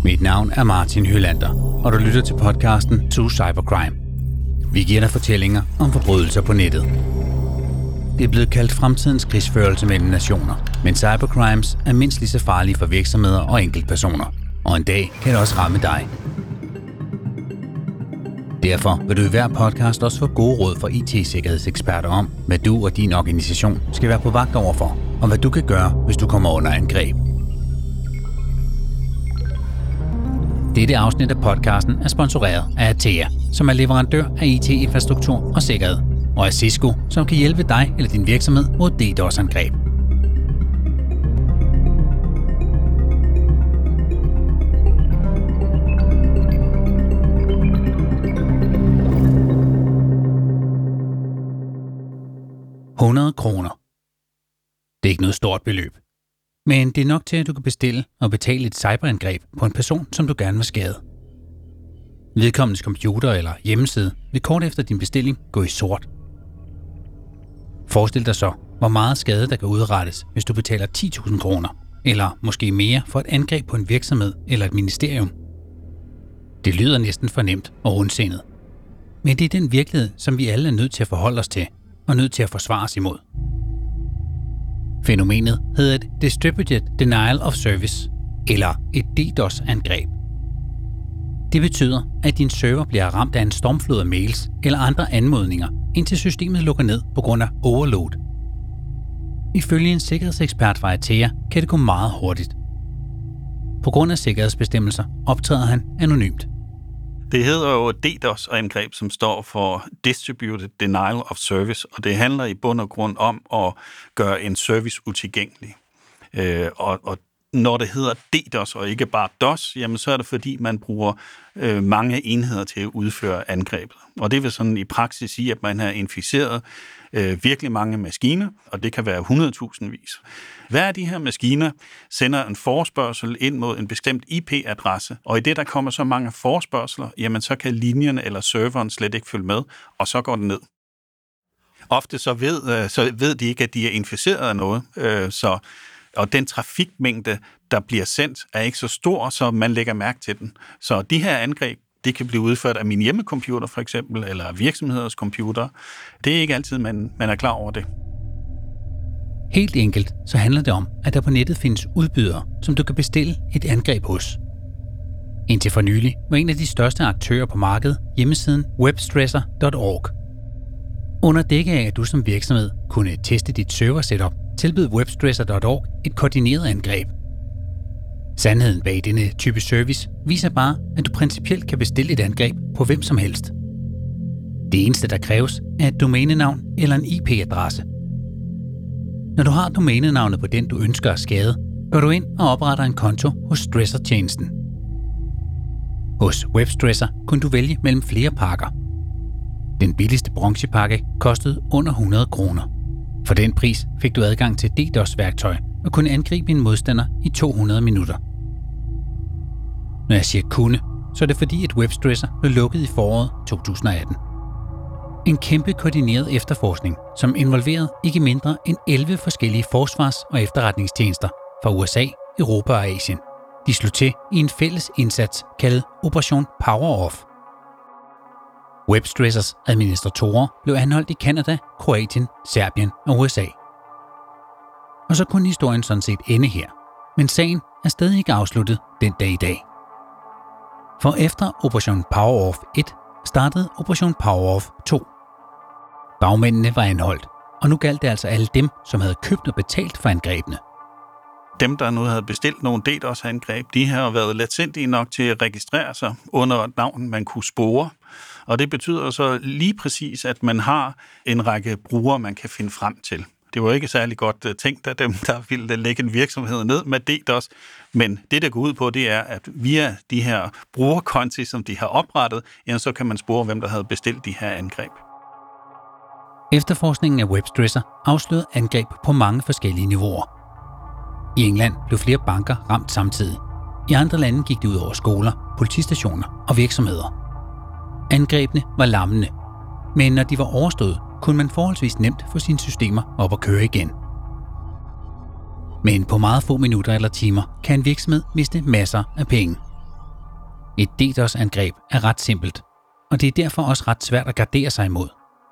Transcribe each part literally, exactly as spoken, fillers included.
Mit navn er Martin Hylander, og du lytter til podcasten To Cybercrime. Vi giver dig fortællinger om forbrydelser på nettet. Det er blevet kaldt fremtidens krigsførelse mellem nationer, men cybercrimes er mindst lige så farlige for virksomheder og enkeltpersoner, og en dag kan det også ramme dig. Derfor vil du i hver podcast også få gode råd fra I T-sikkerhedseksperter om, hvad du og din organisation skal være på vagt overfor, og hvad du kan gøre, hvis du kommer under angreb. Dette afsnit af podcasten er sponsoreret af Atea, som er leverandør af I T-infrastruktur og sikkerhed, og af Cisco, som kan hjælpe dig eller din virksomhed mod DDoS-angreb. hundrede kroner. Det er ikke noget stort beløb. Men det er nok til, at du kan bestille og betale et cyberangreb på en person, som du gerne vil skade. Vedkommendes computer eller hjemmeside vil kort efter din bestilling gå i sort. Forestil dig så, hvor meget skade der kan udrettes, hvis du betaler ti tusind kroner, eller måske mere for et angreb på en virksomhed eller et ministerium. Det lyder næsten for nemt og ondsindet. Men det er den virkelighed, som vi alle er nødt til at forholde os til, og nødt til at forsvare os imod. Fænomenet hedder et Distributed Denial of Service, eller et DDoS-angreb. Det betyder, at din server bliver ramt af en stormflod af mails eller andre anmodninger, indtil systemet lukker ned på grund af overload. Ifølge en sikkerhedsekspert fra Atea kan det gå meget hurtigt. På grund af sikkerhedsbestemmelser optræder han anonymt. Det hedder jo DDoS-angreb, som står for Distributed Denial of Service, og det handler i bund og grund om at gøre en service utilgængelig. Øh, og, og når det hedder DDoS og ikke bare DOS, jamen så er det fordi, man bruger øh, mange enheder til at udføre angrebet. Og det vil sådan i praksis sige, at man har inficeret øh, virkelig mange maskiner, og det kan være hundredtusindvis. Hver af de her maskiner sender en forespørgsel ind mod en bestemt I P-adresse, og i det, der kommer så mange forespørgsler, jamen så kan linjen eller serveren slet ikke følge med, og så går det ned. Ofte så ved, så ved de ikke, at de er inficeret af noget, øh, så og den trafikmængde, der bliver sendt, er ikke så stor, så man lægger mærke til den. Så de her angreb, det kan blive udført af min hjemmecomputer for eksempel, eller virksomheders computer. Det er ikke altid, man, man er klar over det. Helt enkelt, så handler det om, at der på nettet findes udbydere, som du kan bestille et angreb hos. Indtil for nylig var en af de største aktører på markedet hjemmesiden webstresser punktum org. Under dække af, at du som virksomhed kunne teste dit server-setup, tilbød webstresser punktum org et koordineret angreb. Sandheden bag denne type service viser bare, at du principielt kan bestille et angreb på hvem som helst. Det eneste, der kræves, er et domænenavn eller en I P-adresse. Når du har domænenavnet på den, du ønsker at skade, går du ind og opretter en konto hos Stresser-tjenesten. Hos Webstresser kunne du vælge mellem flere pakker. Den billigste bronzepakke kostede under hundrede kroner. For den pris fik du adgang til DDoS-værktøj og kunne angribe en modstander i to hundrede minutter. Når jeg siger kunne, så er det fordi, at Webstresser blev lukket i foråret to tusind og atten. En kæmpe koordineret efterforskning, som involverede ikke mindre end elleve forskellige forsvars- og efterretningstjenester fra U S A, Europa og Asien. De slog til i en fælles indsats kaldet Operation Power Off. Webstressers administratorer blev anholdt i Canada, Kroatien, Serbien og U S A. Og så kunne historien sådan set ende her. Men sagen er stadig ikke afsluttet den dag i dag. For efter Operation Power Off et startede Operation Power Off to. Bagmændene var anholdt, og nu galt det altså alle dem, som havde købt og betalt for angrebene. Dem, der nu havde bestilt nogle DDoS-angreb, de har været letsindige nok til at registrere sig under et navn, man kunne spore. Og det betyder så lige præcis, at man har en række brugere, man kan finde frem til. Det var ikke særlig godt tænkt af dem, der ville lægge en virksomhed ned med DDoS. Men det, der går ud på, det er, at via de her brugerkonti, som de har oprettet, ja, så kan man spore, hvem der havde bestilt de her angreb. Efterforskningen af Webstresser afslørede angreb på mange forskellige niveauer. I England blev flere banker ramt samtidig. I andre lande gik det ud over skoler, politistationer og virksomheder. Angrebene var lammende, men når de var overstået, kunne man forholdsvis nemt få sine systemer op at køre igen. Men på meget få minutter eller timer kan en virksomhed miste masser af penge. Et DDoS-angreb er ret simpelt, og det er derfor også ret svært at gardere sig imod.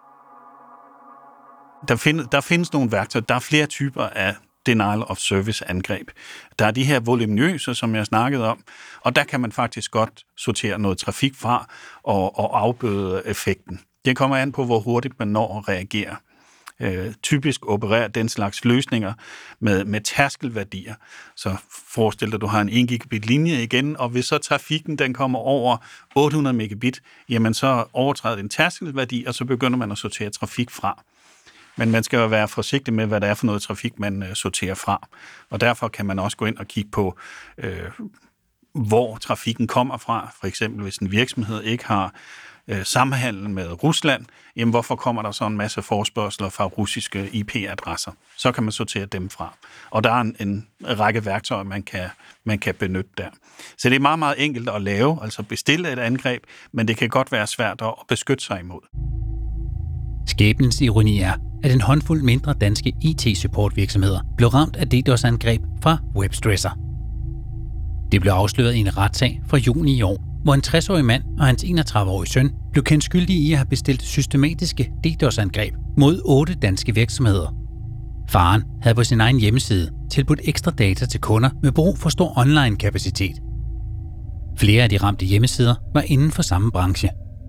Der, find, der findes nogle værktøjer. Der er flere typer af denial of service angreb. Der er de her voluminøse, som jeg snakkede om, og der kan man faktisk godt sortere noget trafik fra og, og afbøde effekten. Det kommer an på, hvor hurtigt man når at reagere. Øh, typisk opererer den slags løsninger med, med tærskelværdier. Så forestil dig, at du har en en gigabit linje igen, og hvis så trafikken den kommer over otte hundrede megabit, jamen så overtræder den tærskelværdi, og så begynder man at sortere trafik fra. Men man skal jo være forsigtig med, hvad det er for noget trafik, man øh, sorterer fra. Og derfor kan man også gå ind og kigge på, øh, hvor trafikken kommer fra. For eksempel, hvis en virksomhed ikke har øh, samhandel med Rusland, jamen hvorfor kommer der så en masse forespørgsler fra russiske I P-adresser? Så kan man sortere dem fra. Og der er en, en række værktøjer, man kan, man kan benytte der. Så det er meget, meget enkelt at lave, altså bestille et angreb, men det kan godt være svært at beskytte sig imod. Skæbnens ironi er, at en håndfuld mindre danske I T-supportvirksomheder blev ramt af DDoS-angreb fra Webstresser. Det blev afsløret i en retssag fra juni i år, hvor en tres-årig mand og hans enogtredive-årige søn blev kendt skyldige i at have bestilt systematiske DDoS-angreb mod otte danske virksomheder. Faren havde på sin egen hjemmeside tilbudt ekstra data til kunder med brug for stor online-kapacitet. Flere af de ramte hjemmesider var inden for samme branche.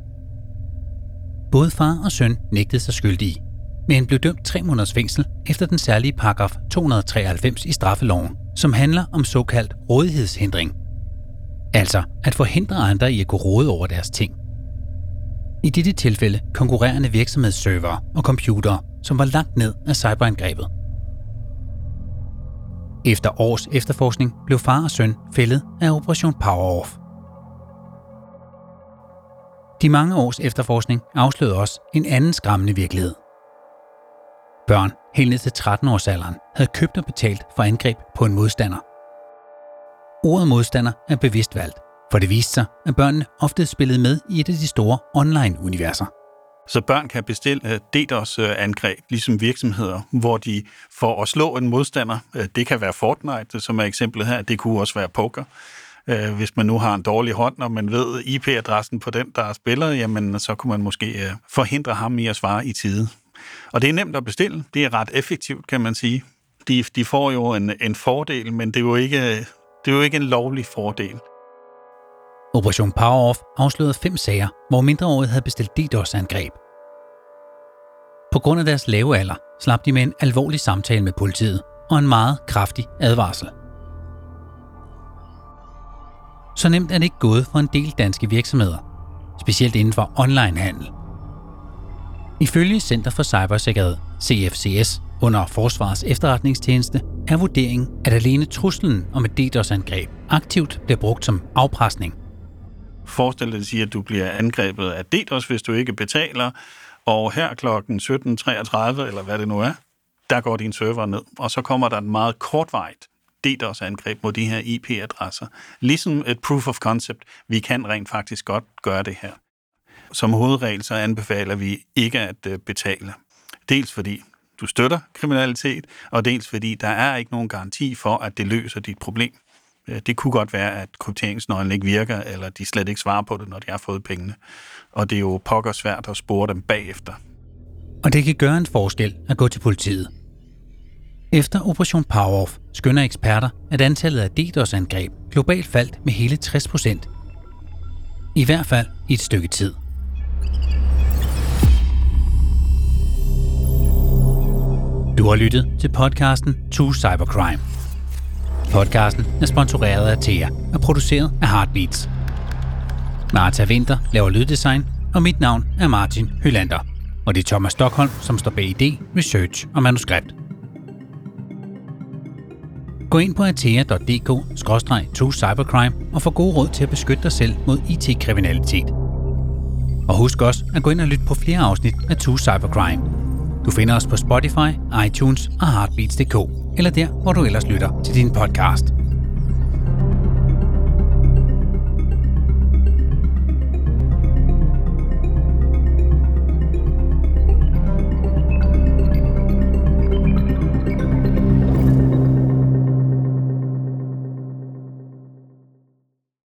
Både far og søn nægtede sig skyldige, men blev dømt tre måneders fængsel efter den særlige paragraf to hundrede treoghalvfems i straffeloven, som handler om såkaldt rådighedshindring. Altså at forhindre andre i at kunne råde over deres ting. I dette tilfælde konkurrerende virksomhedsservere og computere, som var lagt ned af cyberangrebet. Efter års efterforskning blev far og søn fældet af Operation Power-Off. De mange års efterforskning afslørede også en anden skræmmende virkelighed. Børn helt ned til tretten-årsalderen havde købt og betalt for angreb på en modstander. Ordet modstander er bevidst valgt, for det viste sig, at børnene ofte spillede med i et af de store online-universer. Så børn kan bestille DDoS-angreb, ligesom virksomheder, hvor de for at slå en modstander, det kan være Fortnite, som er eksemplet her, det kunne også være poker. Hvis man nu har en dårlig hånd, og man ved I P-adressen på den, der spiller, jamen så kunne man måske forhindre ham i at svare i tide. Og det er nemt at bestille. Det er ret effektivt, kan man sige. De, de får jo en, en fordel, men det er, jo ikke, det er jo ikke en lovlig fordel. Operation Power-Off afslørede fem sager, hvor mindreårige havde bestilt DDoS-angreb. På grund af deres lave alder slap de med en alvorlig samtale med politiet og en meget kraftig advarsel. Så nemt er det ikke gået for en del danske virksomheder, specielt inden for onlinehandel. Ifølge Center for Cybersikkerhed, C F C S, under Forsvarets efterretningstjeneste, er vurderingen, at alene truslen om et DDoS-angreb aktivt bliver brugt som afpresning. Forestil dig at sige, at du bliver angrebet af DDoS, hvis du ikke betaler, og her klokken sytten treogtredive, eller hvad det nu er, der går din server ned, og så kommer der en meget kortvarigt DDoS-angreb mod de her I P-adresser. Ligesom et proof of concept, vi kan rent faktisk godt gøre det her. Som hovedregel så anbefaler vi ikke at betale. Dels fordi du støtter kriminalitet, og dels fordi der er ikke nogen garanti for, at det løser dit problem. Det kunne godt være, at krypteringsnøglen ikke virker, eller de slet ikke svarer på det, når de har fået pengene. Og det er jo pokker svært at spore dem bagefter. Og det kan gøre en forskel at gå til politiet. Efter Operation Power-Off skønner eksperter, at antallet af DDoS-angreb globalt faldt med hele tres procent. I hvert fald i et stykke tid. Du har lyttet til podcasten To Cybercrime. Podcasten er sponsoreret af Thea og produceret af Heartbeats. Martha Winter laver lyddesign, og mit navn er Martin Hylander. Og det er Thomas Stockholm, som står bag idé, research og manuskript. Gå ind på atea punktum d k skråstreg to cybercrime og få gode råd til at beskytte dig selv mod I T-kriminalitet. Og husk også at gå ind og lytte på flere afsnit af To Cybercrime. Du finder os på Spotify, iTunes og Heartbeats punktum d k, eller der, hvor du ellers lytter til din podcast.